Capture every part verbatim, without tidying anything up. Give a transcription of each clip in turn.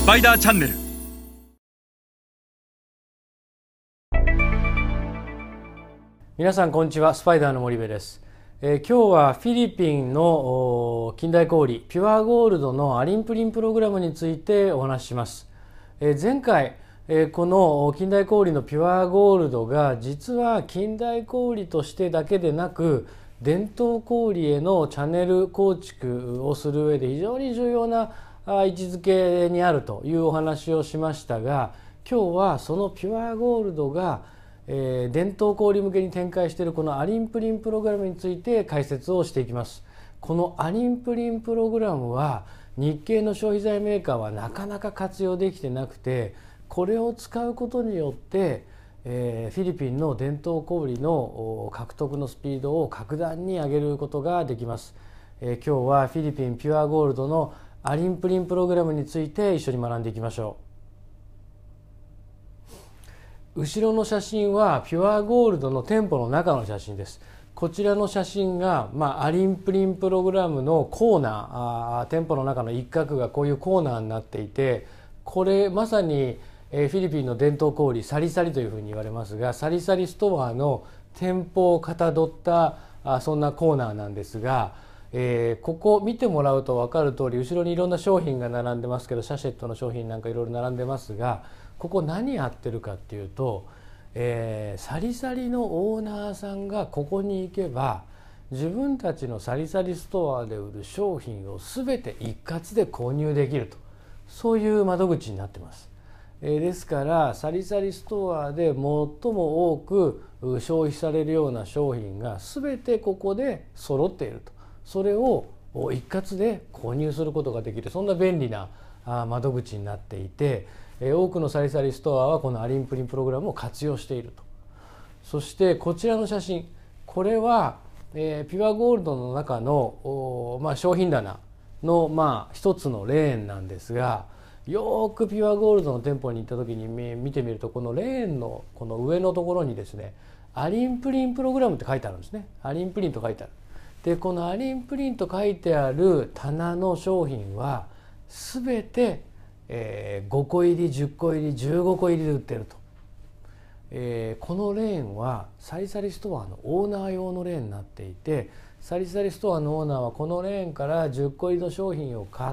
パイダーチャンネル。 皆さんこんにちは、スパイダーの森部です。えー、今日はフィリピンの近代小売ピュアゴールドのアリンプリンプログラムについてお話しします。えー、前回、えー、この近代小売のピュアゴールドが実は近代小売としてだけでなく伝統小売へのチャンネル構築をする上で非常に重要な位置づけにあるというお話をしましたが、今日はそのピュアゴールドがえー、伝統小売向けに展開しているこのアリンプリンプログラムについて解説をしていきます。このアリンプリンプログラムは日系の消費財メーカーはなかなか活用できてなくて、これを使うことによって、えー、フィリピンの伝統小売の獲得のスピードを格段に上げることができます。えー、今日はフィリピンピュアゴールドのアリンプリンプログラムについて一緒に学んでいきましょう。後ろの写真はピュアゴールドの店舗の中の写真です。こちらの写真が、まあ、アリンプリンプログラムのコーナー、あ店舗の中の一角がこういうコーナーになっていて、これまさに、えー、フィリピンの伝統小売サリサリというふうに言われますが、サリサリストアの店舗をかたどったあそんなコーナーなんですが、えー、ここ見てもらうと分かる通り、後ろにいろんな商品が並んでますけど、シャシェットの商品なんかいろいろ並んでますが、ここ何やってるかっていうと、えー、サリサリのオーナーさんがここに行けば自分たちのサリサリストアで売る商品を全て一括で購入できると、そういう窓口になってます。えー、ですからサリサリストアで最も多く消費されるような商品が全てここで揃っていると、それを一括で購入することができる、そんな便利な窓口になっていて、多くのサリサリストアはこのアリンプリンプログラムを活用していると。そしてこちらの写真、これは、えー、ピュアゴールドの中の、まあ、商品棚の、まあ、一つのレーンなんですが、よくピュアゴールドの店舗に行った時に見てみると、このレーンのこの上のところにですね、アリンプリンプログラムって書いてあるんですね。アリンプリンと書いてある。でこのアリンプリンと書いてある棚の商品は全てえー、ごこ入りじゅっこ入りじゅうごこ入りで売ってると。えー、このレーンはサリサリストアのオーナー用のレーンになっていて、サリサリストアのオーナーはこのレーンからじゅっこ入りの商品を買って、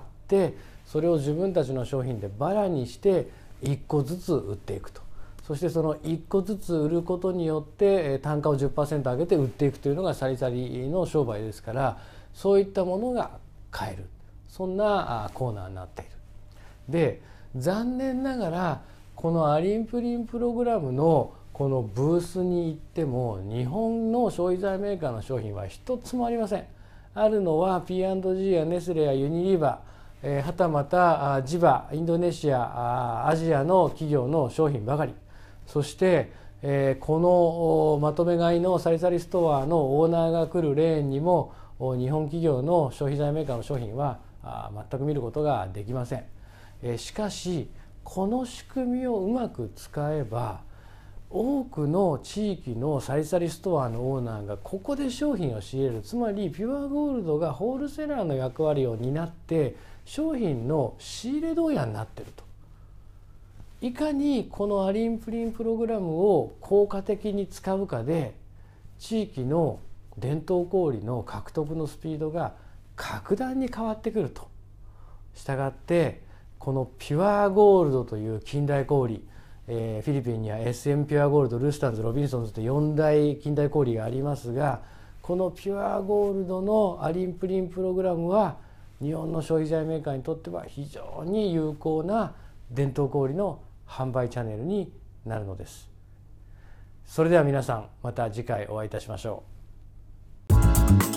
それを自分たちの商品でバラにしていっこずつ売っていくと。そしてそのいっこずつ売ることによって単価を じゅっパーセント 上げて売っていくというのがサリサリの商売ですから、そういったものが買える、そんなコーナーになっている。で残念ながらこのアリンプリンプログラムのこのブースに行っても日本の消費財メーカーの商品は一つもありません。あるのは ピーアンドジー やネスレやユニリーバ、えー、はたまたジバ、インドネシア、アジアの企業の商品ばかり。そして、えー、このまとめ買いのサリサリストアのオーナーが来るレーンにも日本企業の消費財メーカーの商品は全く見ることができません。しかしこの仕組みをうまく使えば、多くの地域のサリサリストアのオーナーがここで商品を仕入れる、つまりピュアゴールドがホールセラーの役割を担って商品の仕入れ問屋になっていると。いかにこのアリンプリンプログラムを効果的に使うかで、地域の伝統小売の獲得のスピードが格段に変わってくると。したがってこのピュアゴールドという近代小売、えー、フィリピンには エスエム ピュアゴールド、ルスタンズ、ロビンソンズとよん大近代小売がありますが、このピュアゴールドのアリンプリンプログラムは日本の消費財メーカーにとっては非常に有効な伝統小売の販売チャンネルになるのです。それでは皆さん、また次回お会いいたしましょう。